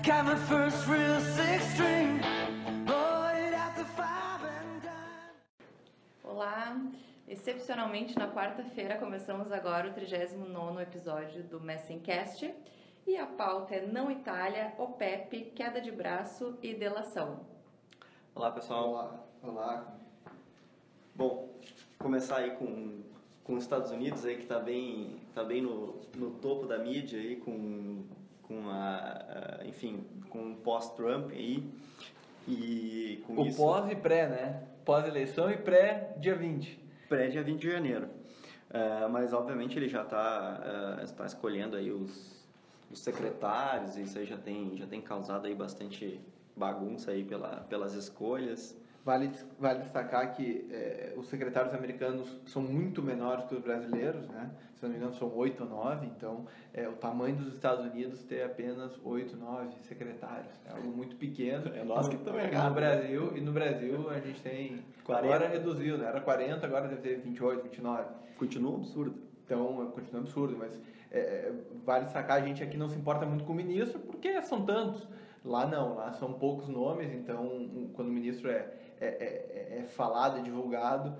Got my first real six string, bought it after 5 and dime. Olá, excepcionalmente na quarta-feira começamos agora o 39º episódio do Messencast e a pauta é Não Itália, OPEP, queda de braço e delação. Olá pessoal. Olá. Bom, começar aí com os Estados Unidos aí que tá bem no topo da mídia aí com o pós-Trump aí e com isso... pós e pré, né? Pós-eleição e pré dia 20. Pré-dia 20 de janeiro. Mas obviamente ele já está escolhendo aí os secretários, e isso aí já tem causado aí bastante bagunça aí pelas escolhas. Vale destacar que os secretários americanos são muito menores que os brasileiros, né? Se não me engano são 8 ou 9, então o tamanho dos Estados Unidos ter apenas 8, 9 secretários. É algo muito pequeno. É nós que estamos errados. No Brasil a gente tem... 40. Agora reduziu, né? Era 40, agora deve ter 28, 29. Continua absurdo. Então, continua absurdo, mas vale destacar, a gente aqui não se importa muito com o ministro, porque são tantos. Lá não, lá são poucos nomes, então quando o ministro é falado, é divulgado,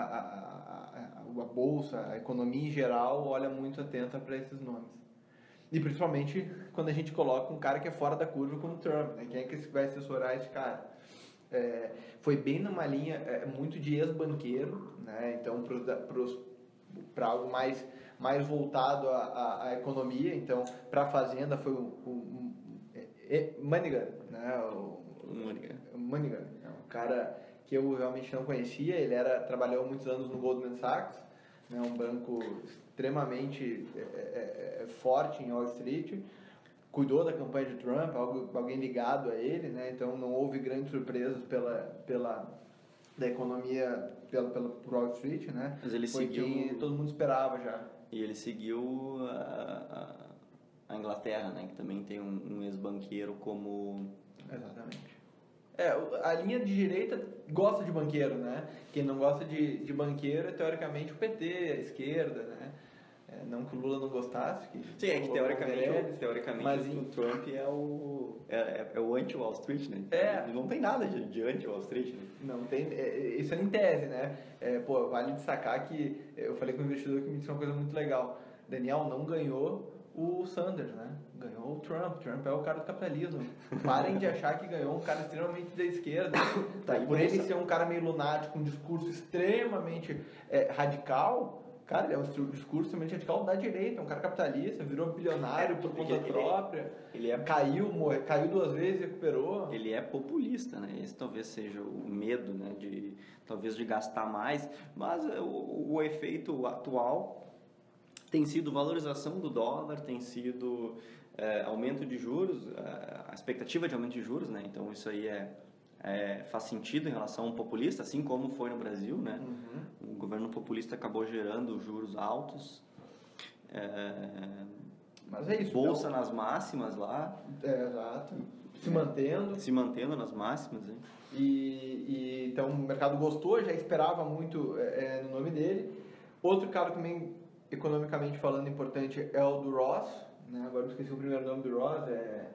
a bolsa, a economia em geral olha muito atenta para esses nomes. E principalmente quando a gente coloca um cara que é fora da curva como o Trump, né? Quem é que vai assessorar esse cara? Foi bem numa linha muito de ex-banqueiro, né? Então para algo mais voltado à economia, então para a fazenda foi Madigan, né? Madigan, é um cara que eu realmente não conhecia. Ele trabalhou muitos anos no Goldman Sachs, né? Um banco extremamente forte em Wall Street. Cuidou da campanha de Trump, alguém ligado a ele, né? Então não houve grandes surpresas da economia por Wall Street, né? Mas ele foi seguiu... quem todo mundo esperava já. E ele seguiu a Inglaterra, né? Que também tem um ex-banqueiro como... Exatamente. A linha de direita gosta de banqueiro, né? Quem não gosta de banqueiro é teoricamente o PT, a esquerda, né? Não que o Lula não gostasse. Sim, é que teoricamente mas o Trump é o anti-Wall Street, né? Não tem nada de anti-Wall Street, né? Não tem, isso é em tese, né? Vale destacar que eu falei com o investidor que me disse uma coisa muito legal. Daniel não ganhou o Sanders, né? Ganhou o Trump. Trump é o cara do capitalismo. Parem de achar que ganhou um cara extremamente da esquerda. Por ele ser um cara meio lunático, um discurso extremamente radical. Cara, ele é um discurso extremamente radical da direita, é um cara capitalista, virou bilionário por conta própria, caiu 2 vezes e recuperou. Ele é populista, né? Esse talvez seja o medo, né? Talvez de gastar mais, mas o efeito atual tem sido valorização do dólar, tem sido aumento de juros, a expectativa de aumento de juros, né? Então isso aí faz sentido em relação ao populista, assim como foi no Brasil, né? Uhum. O governo populista acabou gerando juros altos, mas é isso. Bolsa nas máximas lá. Exato. Se mantendo nas máximas. Hein? E então o mercado gostou, já esperava muito no nome dele. Outro cara também, economicamente falando, importante é o do Ross, né? Agora eu esqueci o primeiro nome do Ross,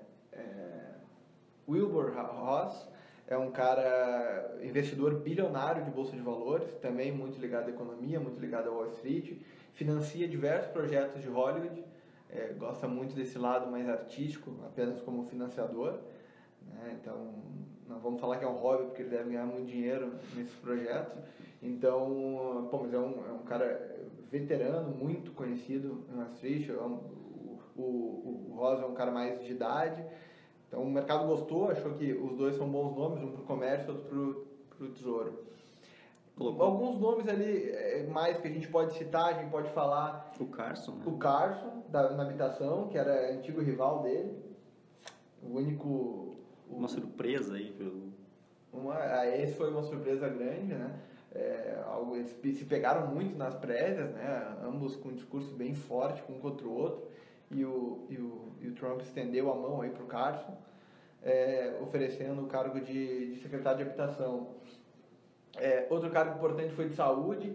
Wilbur Ross. É um cara, investidor bilionário de bolsa de valores, também muito ligado à economia, muito ligado à Wall Street, financia diversos projetos de Hollywood, gosta muito desse lado mais artístico, apenas como financiador, né? Então, não vamos falar que é um hobby, porque ele deve ganhar muito dinheiro nesses projetos. Então, mas é um cara veterano, muito conhecido na Wall Street. O Ross é um cara mais de idade. Então o mercado gostou, achou que os dois são bons nomes, um para o comércio e outro para o tesouro. Alguns nomes ali mais que a gente pode citar, a gente pode falar... O Carson, né? O Carson, na habitação, que era antigo rival dele. O único... Uma surpresa aí. Esse foi uma surpresa grande, né? Eles se pegaram muito nas prévias, né? Ambos com um discurso bem forte, um contra o outro. E o Trump estendeu a mão aí para o Carson, oferecendo o cargo de secretário de habitação. Outro cargo importante foi de saúde.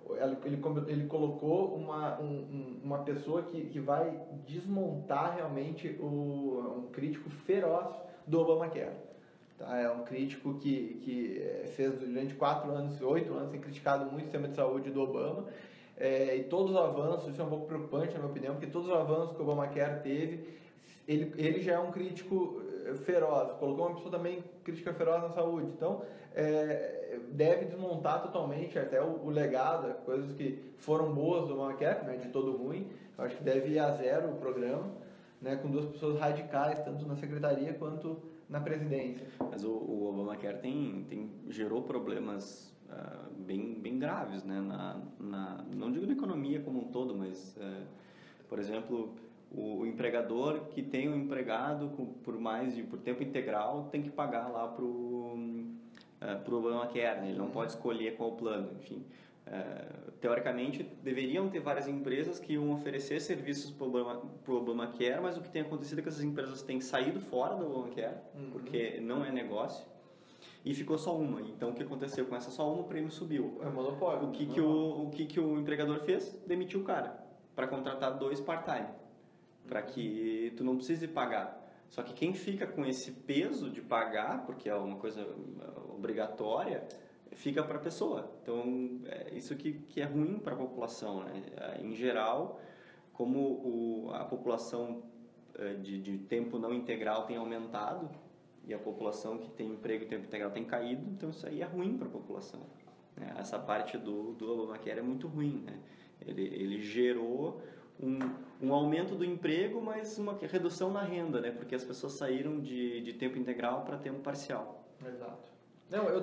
Ele colocou uma pessoa que vai desmontar realmente um crítico feroz do Obamacare. Tá? É um crítico que fez durante 8 anos, tem criticado muito o sistema de saúde do Obama. E todos os avanços, isso é um pouco preocupante na minha opinião, porque todos os avanços que o Obamacare teve, ele já é um crítico feroz, colocou uma pessoa também crítica feroz na saúde. Então, deve desmontar totalmente até o legado, coisas que foram boas do Obamacare, não é de todo ruim. Eu acho que deve ir a zero o programa, né, com 2 pessoas radicais, tanto na secretaria quanto na presidência. Mas o Obamacare gerou problemas bem graves, né? Não digo na economia como um todo, mas, por exemplo, o empregador que tem um empregado por tempo integral tem que pagar lá pro Obamacare, né? Ele não pode escolher qual plano, enfim. Teoricamente, deveriam ter várias empresas que iam oferecer serviços para o Obamacare, mas o que tem acontecido é que essas empresas têm saído fora do Obamacare, porque não é negócio, e ficou só uma. Então, o que aconteceu com essa só uma? O prêmio subiu. É monopólio. O que o empregador fez? Demitiu o cara para contratar 2 part-time, para que tu não precise pagar. Só que quem fica com esse peso de pagar, porque é uma coisa obrigatória, fica para a pessoa. Então, isso que é ruim para a população, né? Em geral, como a população de tempo não integral tem aumentado e a população que tem emprego em tempo integral tem caído, então isso aí é ruim para a população, né? Essa parte do Obamacare é muito ruim, né? Ele gerou um aumento do emprego, mas uma redução na renda, né? Porque as pessoas saíram de tempo integral para tempo parcial. Exato. Não, eu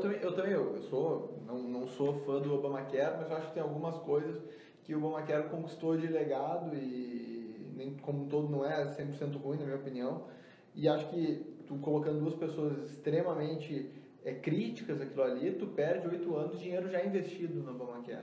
não sou fã do Obamacare, mas eu acho que tem algumas coisas que o Obamacare conquistou de legado e nem como um todo não é 100% ruim, na minha opinião. E acho que tu colocando 2 pessoas extremamente críticas àquilo ali, tu perde 8 anos de dinheiro já investido no Obamacare.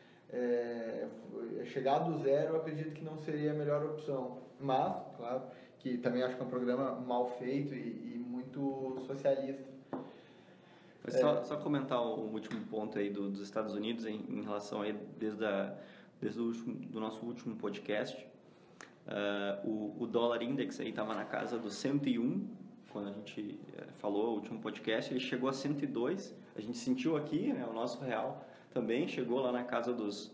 Chegar do zero, eu acredito que não seria a melhor opção. Mas, claro, que também acho que é um programa mal feito e muito socialista. Só comentar o último ponto aí dos Estados Unidos em relação aí desde do nosso último podcast. O dólar index aí estava na casa dos 101 quando a gente falou o último podcast, ele chegou a 102. A gente sentiu aqui, né, o nosso real também chegou lá na casa dos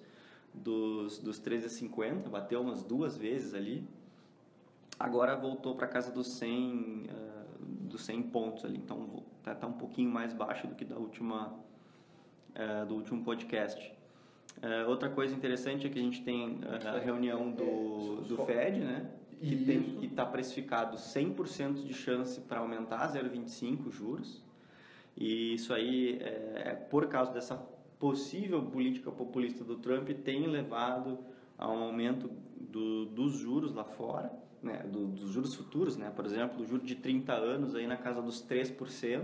13,50, bateu umas 2 vezes ali. Agora voltou para casa dos 100 pontos ali, então está um pouquinho mais baixo do que do último podcast. Outra coisa interessante é que a gente tem a reunião do Fed, né, que está precificado 100% de chance para aumentar 0,25 juros, e isso aí, por causa dessa possível política populista do Trump, tem levado a um aumento dos juros lá fora, né, dos juros futuros, né? Por exemplo, o juro de 30 anos aí na casa dos 3%,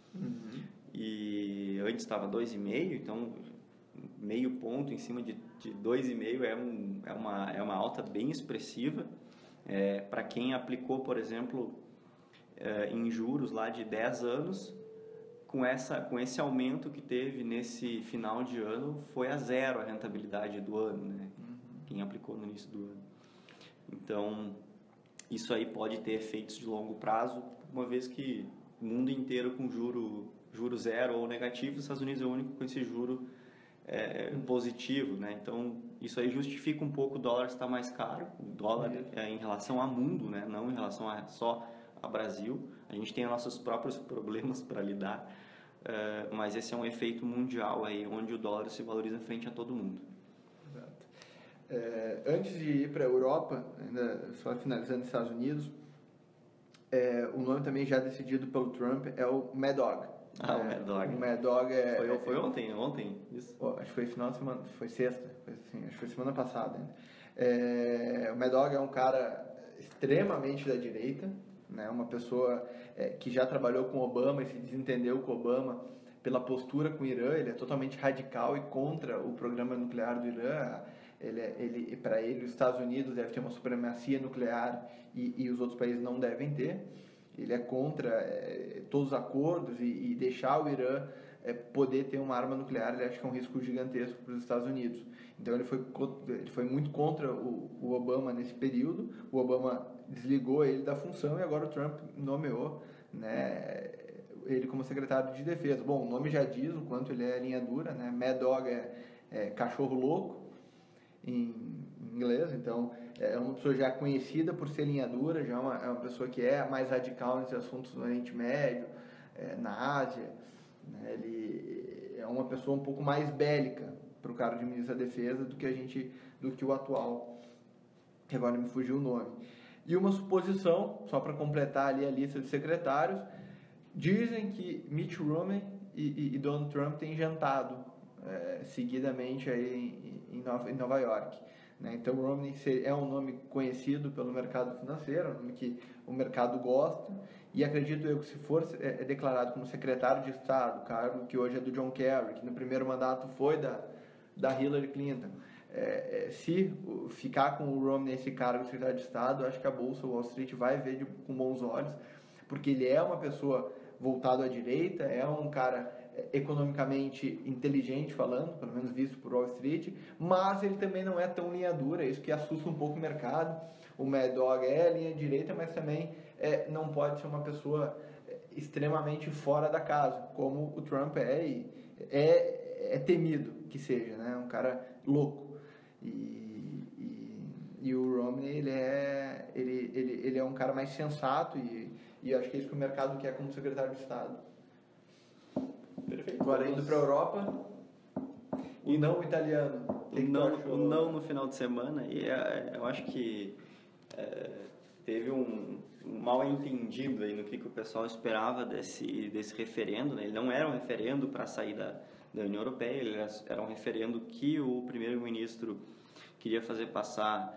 e antes estava 2,5%, então meio ponto em cima de 2,5% é uma alta bem expressiva. Para quem aplicou, por exemplo, em juros lá de 10 anos, com esse aumento que teve nesse final de ano, foi a zero a rentabilidade do ano, né? Quem aplicou no início do ano. Então, isso aí pode ter efeitos de longo prazo, uma vez que o mundo inteiro com juro zero ou negativo, os Estados Unidos é o único com esse juro positivo, né? Então, isso aí justifica um pouco o dólar estar mais caro, o dólar em relação ao mundo, né? Não em relação só ao Brasil. A gente tem nossos próprios problemas para lidar, mas esse é um efeito mundial aí, onde o dólar se valoriza frente a todo mundo. Antes de ir para a Europa, ainda só finalizando nos Estados Unidos, o nome também já decidido pelo Trump é o Mad Dog. O Mad Dog. O Mad Dog foi ontem isso? Acho que foi final de semana, foi sexta, acho que foi semana passada ainda. O Mad Dog é um cara extremamente da direita, né? Uma pessoa que já trabalhou com Obama e se desentendeu com Obama pela postura com o Irã. Ele é totalmente radical e contra o programa nuclear do Irã. Para ele, os Estados Unidos devem ter uma supremacia nuclear e os outros países não devem ter. Ele é contra todos os acordos e deixar o Irã poder ter uma arma nuclear, ele acha que é um risco gigantesco para os Estados Unidos. Então ele foi muito contra o Obama nesse período. O Obama desligou ele da função e agora o Trump nomeou, né, ele como secretário de defesa. Bom, o nome já diz o quanto ele é linha dura, né? Mad Dog é cachorro louco em inglês, então é uma pessoa já conhecida por ser linha dura, já é uma pessoa que é mais radical nesses assuntos no Oriente Médio, na Ásia, né? Ele é uma pessoa um pouco mais bélica para o cargo de ministro da Defesa do que o atual, que agora me fugiu o nome. E uma suposição, só para completar ali a lista de secretários, dizem que Mitt Romney e Donald Trump têm jantado seguidamente aí em Nova York. Né? Então, Romney é um nome conhecido pelo mercado financeiro, um nome que o mercado gosta, e acredito eu que se for declarado como secretário de Estado, cargo que hoje é do John Kerry, que no primeiro mandato foi da Hillary Clinton, se ficar com o Romney nesse cargo de secretário de Estado, acho que a Bolsa Wall Street vai ver com bons olhos, porque ele é uma pessoa voltado à direita, é um cara economicamente inteligente falando, pelo menos visto por Wall Street, mas ele também não é tão linha dura, isso que assusta um pouco o mercado. O Mad Dog é linha direita, mas também não pode ser uma pessoa extremamente fora da casa, como o Trump e é temido que seja, né? Um cara louco. E o Romney, ele é um cara mais sensato e acho que é isso que o mercado quer como secretário de Estado. Perfeito. Agora, indo para a Europa, o não italiano. O não no final de semana, e eu acho que teve um mal entendido aí no que o pessoal esperava desse referendo, né? Ele não era um referendo para sair da União Europeia, ele era um referendo que o primeiro-ministro queria fazer passar,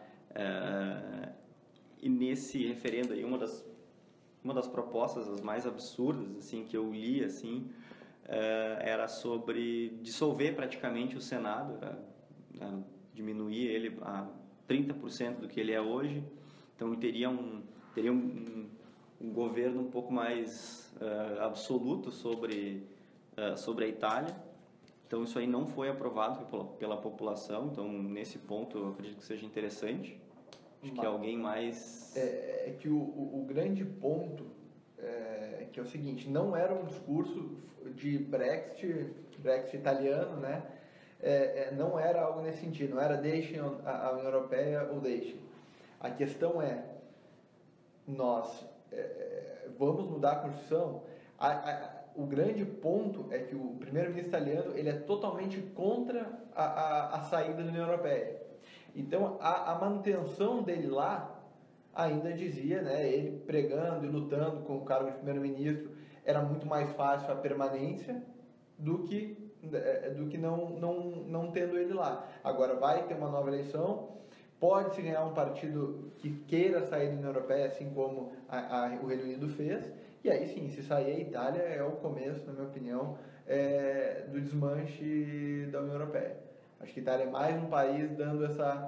e nesse referendo aí uma das propostas as mais absurdas assim que eu li assim era sobre dissolver praticamente o Senado, diminuir ele a 30% do que ele é hoje. Então teria um governo um pouco mais absoluto sobre a Itália. Então isso aí não foi aprovado pela população. Então nesse ponto eu acredito que seja interessante. Acho que alguém mais... É que o grande ponto que é o seguinte, não era um discurso de Brexit italiano, né? Não era algo nesse sentido, não era deixem a União Europeia ou deixem. A questão nós vamos mudar a Constituição? O grande ponto é que o primeiro-ministro italiano ele é totalmente contra a saída da União Europeia. Então, a manutenção dele lá, ainda dizia, né, ele pregando e lutando com o cargo de primeiro-ministro, era muito mais fácil a permanência do que não tendo ele lá. Agora vai ter uma nova eleição, pode-se ganhar um partido que queira sair da União Europeia, assim como o Reino Unido fez, e aí sim, se sair a Itália é o começo, na minha opinião, do desmanche da União Europeia. Acho que a Itália é mais um país dando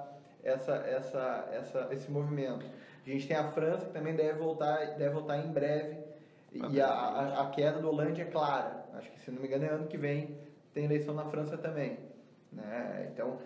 esse movimento. A gente tem a França, que também deve voltar em breve, e a queda do Hollande é clara. Acho que, se não me engano, é ano que vem tem eleição na França também. Né? Então,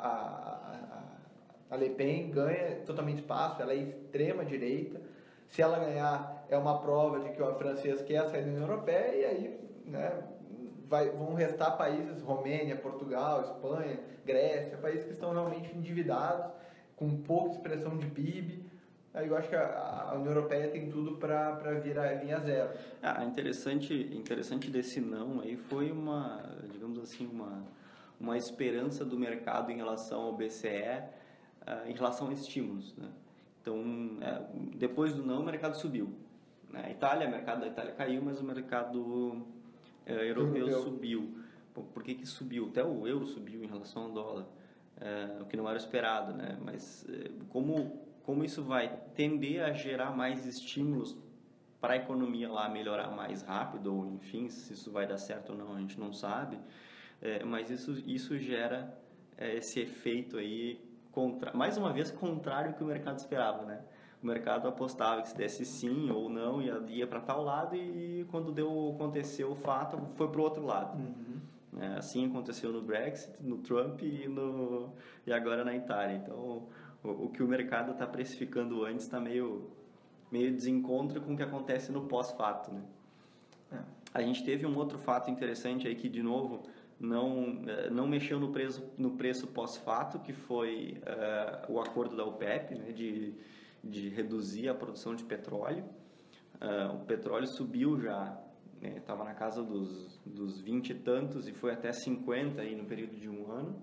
a Le Pen ganha totalmente espaço, ela é extrema direita. Se ela ganhar, é uma prova de que o francês quer sair da União Europeia, e aí, né, vão restar países, Romênia, Portugal, Espanha, Grécia, países que estão realmente endividados, com pouca expressão de PIB. Aí eu acho que a União Europeia tem tudo para vir a zero. Interessante desse não aí foi digamos assim, uma esperança do mercado em relação ao BCE, em relação a estímulos, né? Então, depois do não, o mercado subiu. Né? O mercado da Itália caiu, mas o mercado europeu subiu. Por que subiu? Até o euro subiu em relação ao dólar, o que não era esperado, né? Mas como isso vai tender a gerar mais estímulos para a economia lá melhorar mais rápido, ou enfim, se isso vai dar certo ou não, a gente não sabe, mas isso gera esse efeito aí, mais uma vez, contrário ao que o mercado esperava, né? o mercado apostava que se desse sim ou não, ia para tal lado, e quando aconteceu o fato, foi para o outro lado. Assim aconteceu no Brexit, no Trump e agora na Itália. Então, o que o mercado está precificando antes está meio desencontro com o que acontece no pós-fato, né? A gente teve um outro fato interessante aí que, de novo, não mexeu no preço pós-fato, que foi o acordo da OPEP, né, de reduzir a produção de petróleo. O petróleo subiu já, estava na casa dos 20 e tantos e foi até 50 aí no período de um ano.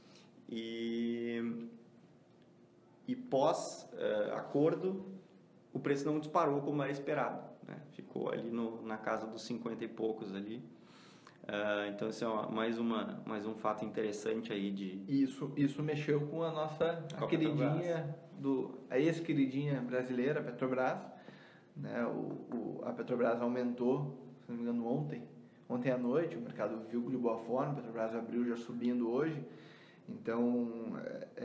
E pós-acordo, o preço não disparou como era esperado, né? Ficou ali na casa dos 50 e poucos ali. Então, esse é mais um fato interessante aí Isso mexeu com a nossa queridinha, a ex-queridinha brasileira, a Petrobras, né? A Petrobras aumentou, se não me engano, ontem à noite, o mercado viu de boa forma, a Petrobras abriu já subindo hoje. Então,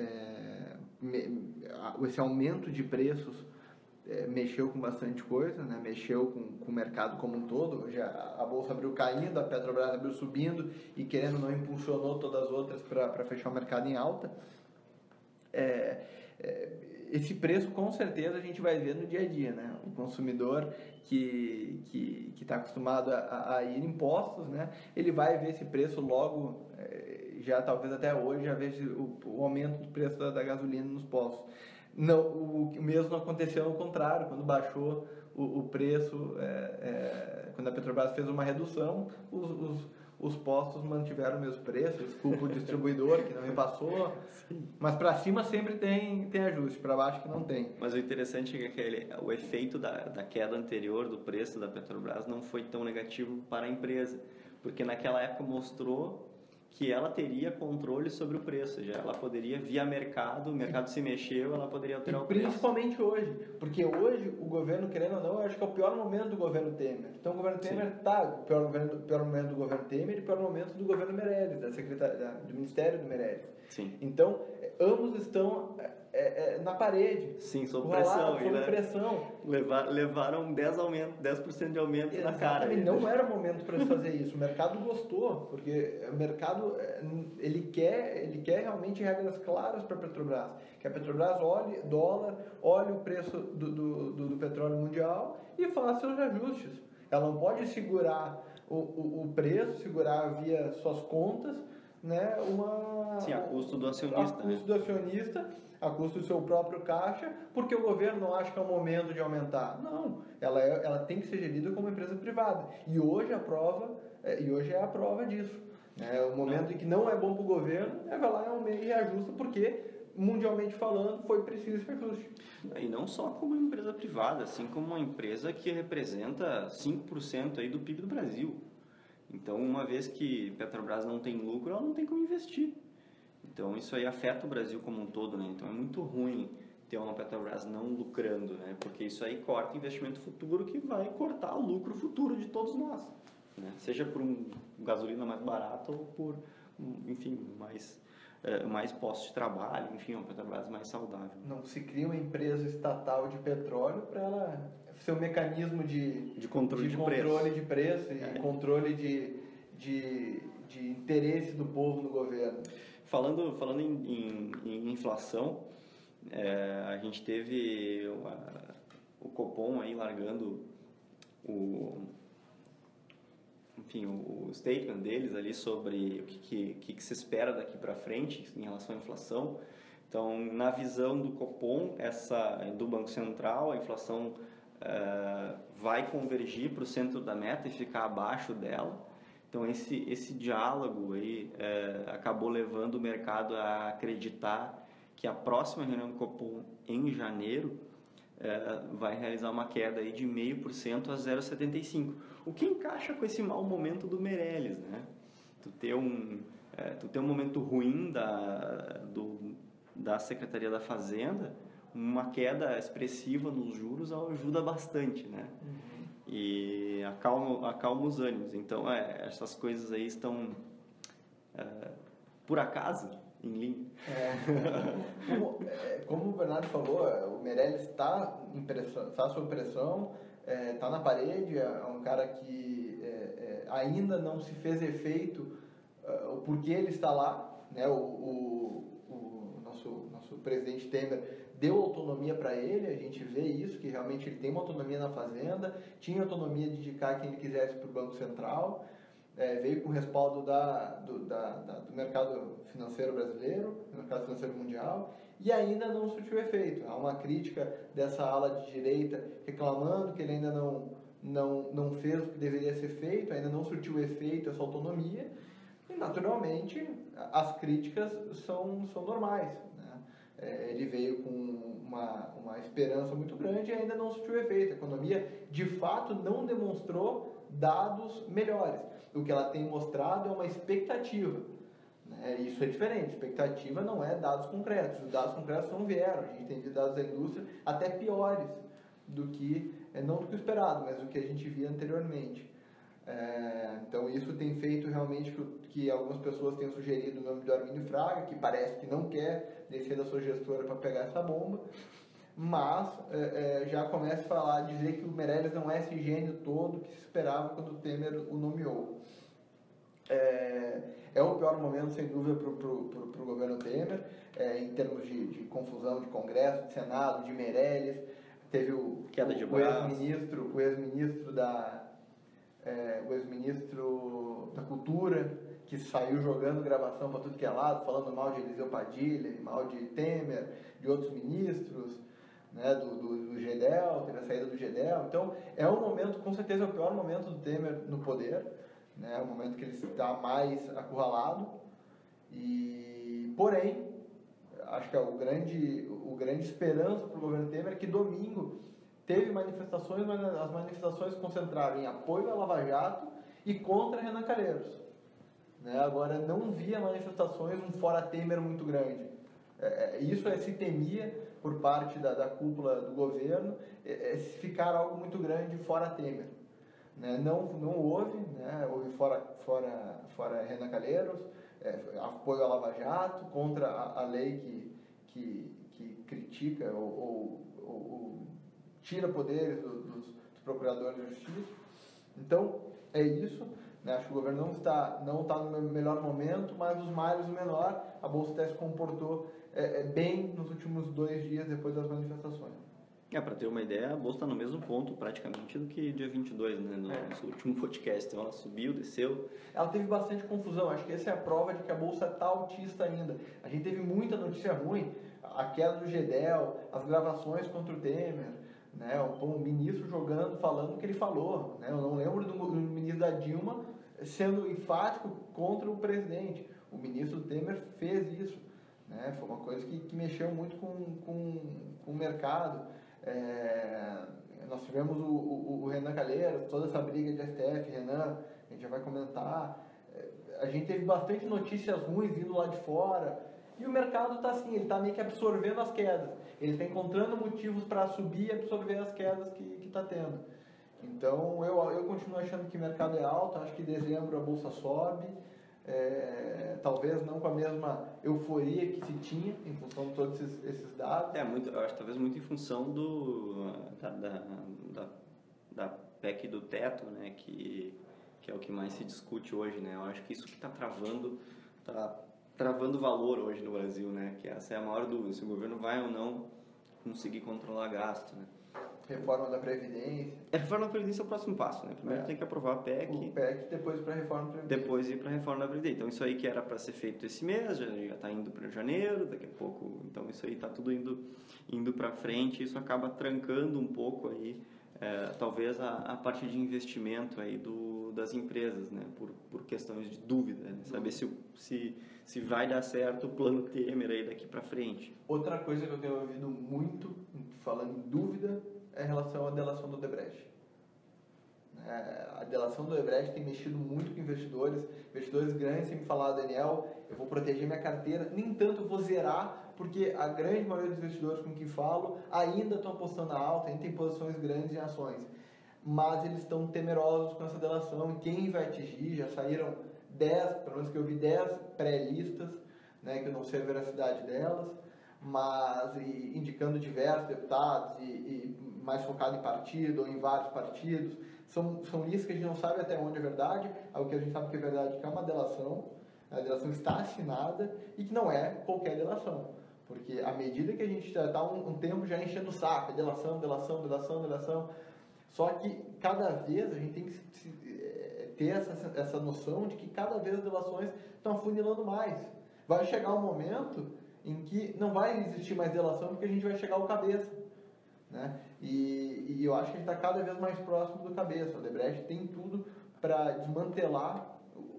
esse aumento de preços mexeu com bastante coisa, né? Mexeu com o mercado como um todo. Hoje a bolsa abriu caindo, a Petrobras abriu subindo e, querendo ou não, impulsionou todas as outras para fechar o mercado em alta. Esse preço, com certeza, a gente vai ver no dia a dia, né? O consumidor que está acostumado a ir em postos, né? Ele vai ver esse preço logo, já talvez até hoje, já veja o aumento do preço da gasolina nos postos. Não, o mesmo não aconteceu ao contrário, quando baixou o preço, quando a Petrobras fez uma redução, os postos mantiveram o mesmo preço, desculpa o distribuidor que não me passou, mas para cima sempre tem ajuste, para baixo que não tem. Mas o interessante é que o efeito da queda anterior do preço da Petrobras não foi tão negativo para a empresa, porque naquela época mostrou que ela teria controle sobre o preço, já ela poderia, via mercado, o mercado se mexeu, ela poderia alterar o preço. Principalmente hoje, porque hoje o governo, querendo ou não, eu acho que é o pior momento do governo Temer. Então o governo Temer está, o pior momento do governo Temer e o pior momento do governo Meirelles, do Ministério do Meirelles. Sim. Então, ambos estão na parede. Sim, sob pressão. Sob pressão. Levaram 10% de aumento na cara. Não era momento para eles fazer isso. O mercado gostou, porque o mercado ele quer realmente regras claras para a Petrobras. Que a Petrobras olhe dólar, olhe o preço do petróleo mundial e faça seus ajustes. Ela não pode segurar o preço, segurar via suas contas, né, Sim, a custo do acionista. A custo do seu próprio caixa, porque o governo não acha que é o momento de aumentar. Não, ela tem que ser gerida como empresa privada. E hoje é a prova disso. O momento em que não é bom para o governo, vai lá e reajusta, porque, mundialmente falando, foi preciso esse ajuste. E não só como empresa privada, assim como uma empresa que representa 5% aí do PIB do Brasil. Então, uma vez que Petrobras não tem lucro, ela não tem como investir. Então, isso aí afeta o Brasil como um todo, né? Então, é muito ruim ter uma Petrobras não lucrando, né? Porque isso aí corta investimento futuro, que vai cortar o lucro futuro de todos nós, né? Seja por gasolina mais barata ou por, enfim, mais postos de trabalho, enfim, uma Petrobras mais saudável. Não se cria uma empresa estatal de petróleo para ela ser um mecanismo de controle de preço e controle de interesse do povo no governo. Falando em inflação, a gente teve o Copom aí largando o statement deles ali sobre o que se espera daqui para frente em relação à inflação. Então, na visão do Copom, do Banco Central, a inflação vai convergir para o centro da meta e ficar abaixo dela. Então, esse diálogo aí acabou levando o mercado a acreditar que a próxima reunião do Copom, em janeiro, vai realizar uma queda aí de 0,5% a 0,75%. O que encaixa com esse mau momento do Meirelles, né? Tu ter um momento ruim da Secretaria da Fazenda, uma queda expressiva nos juros ajuda bastante, né? E acalma os ânimos. Então, essas coisas aí estão, por acaso, em linha. Como o Bernardo falou, o Meirelles está sob pressão, está na parede, é um cara que ainda não se fez efeito o porquê ele está lá, né? O nosso presidente Temer deu autonomia para ele, a gente vê isso, que realmente ele tem uma autonomia na Fazenda, tinha autonomia de indicar quem ele quisesse para o Banco Central, veio com o respaldo do mercado financeiro brasileiro, do mercado financeiro mundial, e ainda não surtiu efeito. Há uma crítica dessa ala de direita reclamando que ele ainda não fez o que deveria ser feito, ainda não surtiu efeito essa autonomia, e naturalmente as críticas são normais, né? Ele veio com uma esperança muito grande e ainda não surtiu efeito. A economia de fato não demonstrou dados melhores. O que ela tem mostrado é uma expectativa, né? Isso é diferente. Expectativa não é dados concretos. Os dados concretos não vieram. A gente tem visto dados da indústria até piores do que, não do que o esperado, mas do que a gente via anteriormente. Então isso tem feito realmente que algumas pessoas tenham sugerido o nome do Armínio Fraga, que parece que não quer descer da sua gestora para pegar essa bomba, mas já começa a falar, dizer que o Meirelles não é esse gênio todo que se esperava quando o Temer o nomeou. É o pior momento, sem dúvida, para o governo Temer, em termos de confusão de Congresso, de Senado, de Meirelles. Teve o ex-ministro da Cultura, que saiu jogando gravação para tudo que é lado, falando mal de Eliseu Padilha, mal de Temer, de outros ministros, né, do GEDEL, teve a saída do GEDEL. Então, é um momento, com certeza, é o pior momento do Temer no poder, né, é o momento que ele está mais acurralado. Porém, acho que o grande esperança para o governo Temer é que domingo teve manifestações, mas as manifestações se concentraram em apoio à Lava Jato e contra Renan Calheiros, né? Agora, não via manifestações, um fora Temer muito grande. Isso se temia por parte da cúpula do governo, se ficar algo muito grande fora Temer, né? Não houve, né? Houve fora Renan Calheiros, apoio à Lava Jato, contra a lei que critica ou tira poderes dos procuradores de justiça. Então, é isso, né? Acho que o governo não está no melhor momento, mas os males o menor. A Bolsa até se comportou bem nos últimos 2 dias depois das manifestações. Para ter uma ideia, a Bolsa está no mesmo ponto praticamente do que dia 22, né, no nosso último podcast. Então ela subiu, desceu. Ela teve bastante confusão. Acho que essa é a prova de que a Bolsa está altista ainda. A gente teve muita notícia ruim, a queda do GEDEL, as gravações contra o Temer, né, o ministro falando o que ele falou, né? Eu não lembro do ministro da Dilma sendo enfático contra o presidente. O ministro Temer fez isso, né? Foi uma coisa que mexeu muito com o mercado. Nós tivemos o Renan Calheiros, toda essa briga de STF, Renan, a gente já vai comentar. A gente teve bastante notícias ruins vindo lá de fora. E o mercado está assim, ele está meio que absorvendo as quedas. Ele está encontrando motivos para subir e absorver as quedas que está tendo. Então, eu continuo achando que o mercado é alto, acho que em dezembro a Bolsa sobe, talvez não com a mesma euforia que se tinha, em função de todos esses dados. Eu acho talvez muito em função da PEC do teto, né, que é o que mais se discute hoje, né? Eu acho que isso que está travando valor hoje no Brasil, né? Que essa é a maior dúvida, se o governo vai ou não conseguir controlar gasto, né? Reforma da Previdência. A reforma da Previdência é o próximo passo, né? Primeiro tem que aprovar a PEC. O PEC, depois para a reforma da Previdência. Depois ir para a reforma da Previdência. Então, isso aí que era para ser feito esse mês, já está indo para janeiro, daqui a pouco. Então, isso aí está tudo indo para frente. Isso acaba trancando um pouco aí, talvez, a parte de investimento aí das empresas, né? Por questões de dúvida, né? Saber se vai dar certo o plano Temer aí daqui para frente. Outra coisa que eu tenho ouvido muito, falando em dúvida, é em relação à delação do Odebrecht. A delação do Odebrecht tem mexido muito com investidores grandes têm me falado, Daniel, eu vou proteger minha carteira, nem tanto eu vou zerar, porque a grande maioria dos investidores com quem falo ainda estão apostando na alta, ainda tem posições grandes em ações, mas eles estão temerosos com essa delação e quem vai atingir, já saíram 10, pelo menos que eu vi 10 pré-listas, né, que eu não sei a veracidade delas, mas indicando diversos deputados e mais focado em partido ou em vários partidos. São listas que a gente não sabe até onde é verdade. O que a gente sabe que é verdade é que é uma delação, a delação está assinada e que não é qualquer delação. Porque à medida que a gente já está um tempo já enchendo o saco, delação, delação, delação, delação, só que cada vez a gente tem que ter essa noção de que cada vez as delações estão afunilando mais. Vai chegar um momento em que não vai existir mais delação porque a gente vai chegar ao cabeça, né? E eu acho que a gente está cada vez mais próximo do cabeça. O Odebrecht tem tudo para desmantelar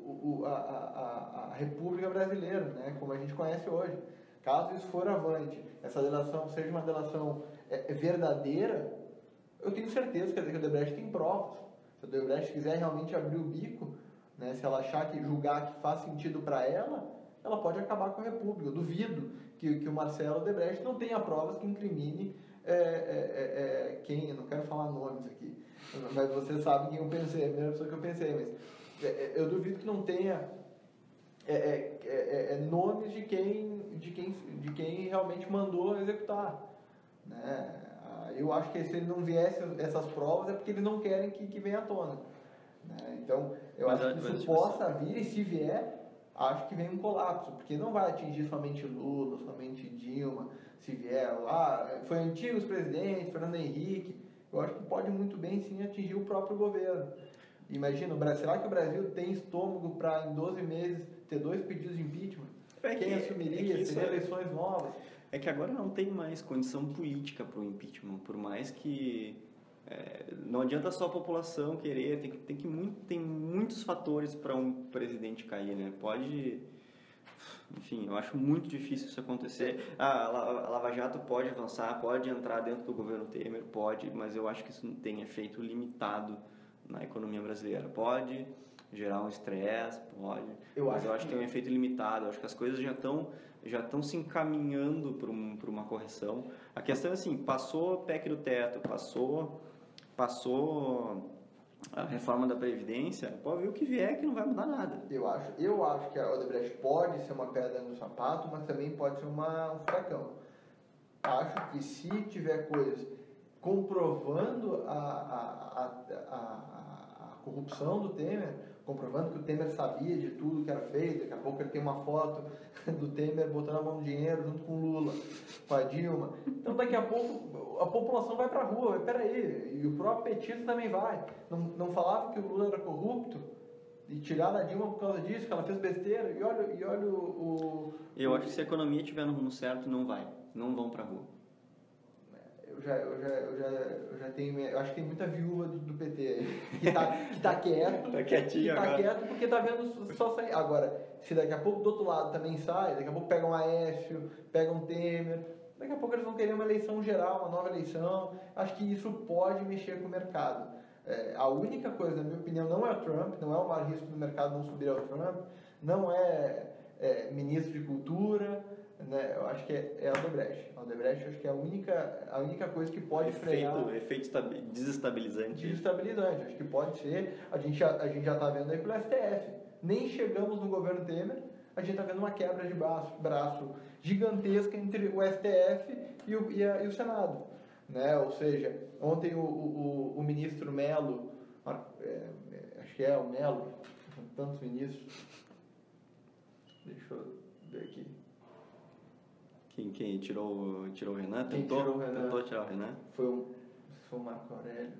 a República Brasileira, né? Como a gente conhece hoje. Caso isso for avante, essa delação seja uma delação verdadeira, eu tenho certeza que o Odebrecht tem provas. Se o Odebrecht quiser realmente abrir o bico, né, se ela achar que julgar que faz sentido para ela pode acabar com a República. Eu duvido que o Marcelo Odebrecht não tenha provas que incrimine quem, eu não quero falar nomes aqui, mas você sabe quem eu pensei, a primeira pessoa que eu pensei, mas eu duvido que não tenha nomes de quem realmente mandou executar, né? Eu acho que se ele não viesse essas provas é porque eles não querem que venha à tona, né? Então eu acho que isso possa vir, e se vier, acho que vem um colapso, porque não vai atingir somente Lula, somente Dilma, se vier lá, foi antigos presidentes, Fernando Henrique, eu acho que pode muito bem sim atingir o próprio governo. Imagina, será que o Brasil tem estômago para em 12 meses ter 2 pedidos de impeachment? Quem assumiria? Seria eleições novas? É que agora não tem mais condição política para o impeachment, por mais que não adianta só a população querer, tem muitos fatores para um presidente cair, né? Enfim, eu acho muito difícil isso acontecer. A Lava Jato pode avançar, pode entrar dentro do governo Temer, pode, mas eu acho que isso tem efeito limitado na economia brasileira. Pode gerar um estresse, pode, mas eu acho que tem um efeito limitado. Eu acho que as coisas já estão se encaminhando para uma correção. A questão é assim, passou o PEC do teto, passou a reforma da Previdência, pode vir o que vier que não vai mudar nada. Eu acho que a Odebrecht pode ser uma pedra no sapato, mas também pode ser um furacão. Acho que se tiver coisas comprovando a corrupção do Temer, comprovando que o Temer sabia de tudo que era feito, daqui a pouco ele tem uma foto do Temer botando a mão no dinheiro junto com o Lula, com a Dilma. Então daqui a pouco a população vai pra rua, peraí, e o próprio petista também vai. Não falava que o Lula era corrupto? E tiraram a Dilma por causa disso, que ela fez besteira? E olha o... Eu acho que se a economia estiver no rumo certo, não vão pra rua. Eu já tenho, eu acho que tem muita viúva do PT aí, que tá quieto, tá quietinho que tá agora. quieto porque tá vendo só sair. Agora, se daqui a pouco do outro lado também sai, daqui a pouco pega um Aécio, pega um Temer, daqui a pouco eles vão querer uma eleição geral, uma nova eleição. Acho que isso pode mexer com o mercado. A única coisa, na minha opinião, não é o Trump, não é o maior risco do mercado não subir ao Trump, não é ministro de cultura, né? Eu acho que é a Odebrecht. A Odebrecht acho que é a única coisa que pode frear... Efeito desestabilizante. Desestabilizante, acho que pode ser. A gente já está vendo aí pelo STF. Nem chegamos no governo Temer, a gente está vendo uma quebra de braço gigantesca entre o STF e o Senado, né? Ou seja, ontem o ministro Melo, acho que é o Melo, tantos ministros, deixa eu ver aqui. Quem tirou o Renan? Tentou tirar o Renan? Foi o Marco Aurélio.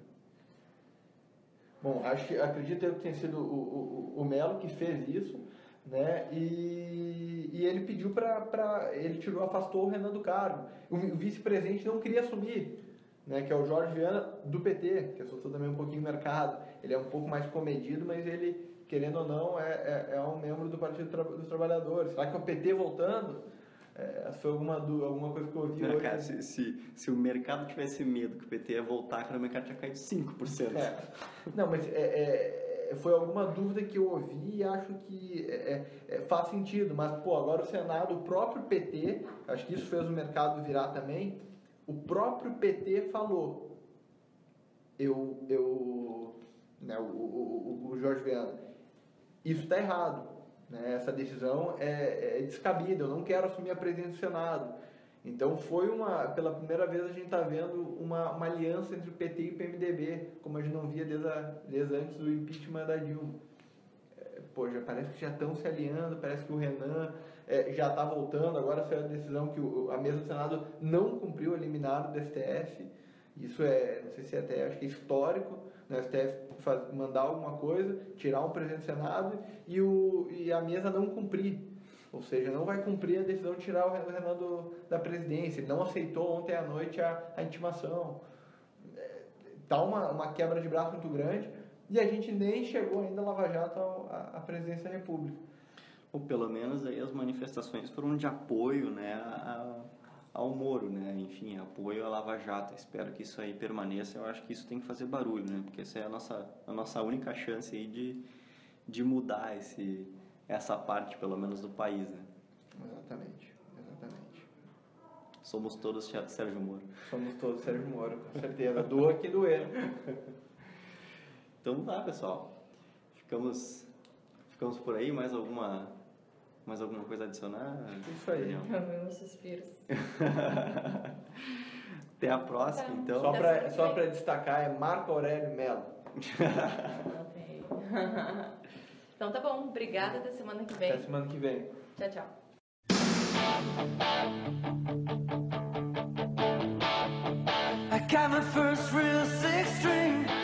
Bom, acredito que tenha sido o Melo que fez isso, né? E ele pediu ele afastou o Renan do cargo. O vice-presidente não queria assumir, né? Que é o Jorge Viana do PT, que assustou também um pouquinho o mercado. Ele é um pouco mais comedido, mas ele, querendo ou não, é um membro do Partido dos Trabalhadores. Será que é o PT voltando? Foi alguma coisa que eu ouvi hoje. Cara, se o mercado tivesse medo que o PT ia voltar, cara, o mercado tinha caído 5%. Não, mas foi alguma dúvida que eu ouvi e acho que faz sentido. Mas, agora o Senado, o próprio PT, acho que isso fez o mercado virar também, o próprio PT falou, o Jorge Viana, isso está errado. né? Essa decisão é descabida, eu não quero assumir a presidência do Senado. Então pela primeira vez a gente está vendo uma aliança entre o PT e o PMDB, como a gente não via desde antes do impeachment da Dilma. Já parece que já estão se alinhando, parece que o Renan já está voltando, agora saiu a decisão que a mesa do Senado não cumpriu a liminar do STF. Isso não sei se até, acho que é histórico, né? O STF mandar alguma coisa, tirar um presidente do Senado e a mesa não cumprir. Ou seja, não vai cumprir a decisão de tirar o Renan da presidência. Ele não aceitou ontem à noite a intimação. Está uma quebra de braço muito grande e a gente nem chegou ainda a Lava Jato à presidência da República. Ou pelo menos aí as manifestações foram de apoio, né, ao Moro, né? Enfim, apoio à Lava Jato. Espero que isso aí permaneça. Eu acho que isso tem que fazer barulho, né? Porque essa é a nossa única chance aí de mudar essa parte, pelo menos, do país, né? Exatamente. Somos todos Sérgio Moro. Somos todos Sérgio Moro, com certeza. Doa que doer. Então tá, pessoal. Ficamos por aí. Mais alguma coisa a adicionar? Isso aí. Meus suspiros. Até a próxima, então. Só para destacar, é Marco Aurélio Melo. Não tem. Então tá bom. Obrigada, até semana que vem. Até semana que vem. Tchau, tchau. I got my first real six string.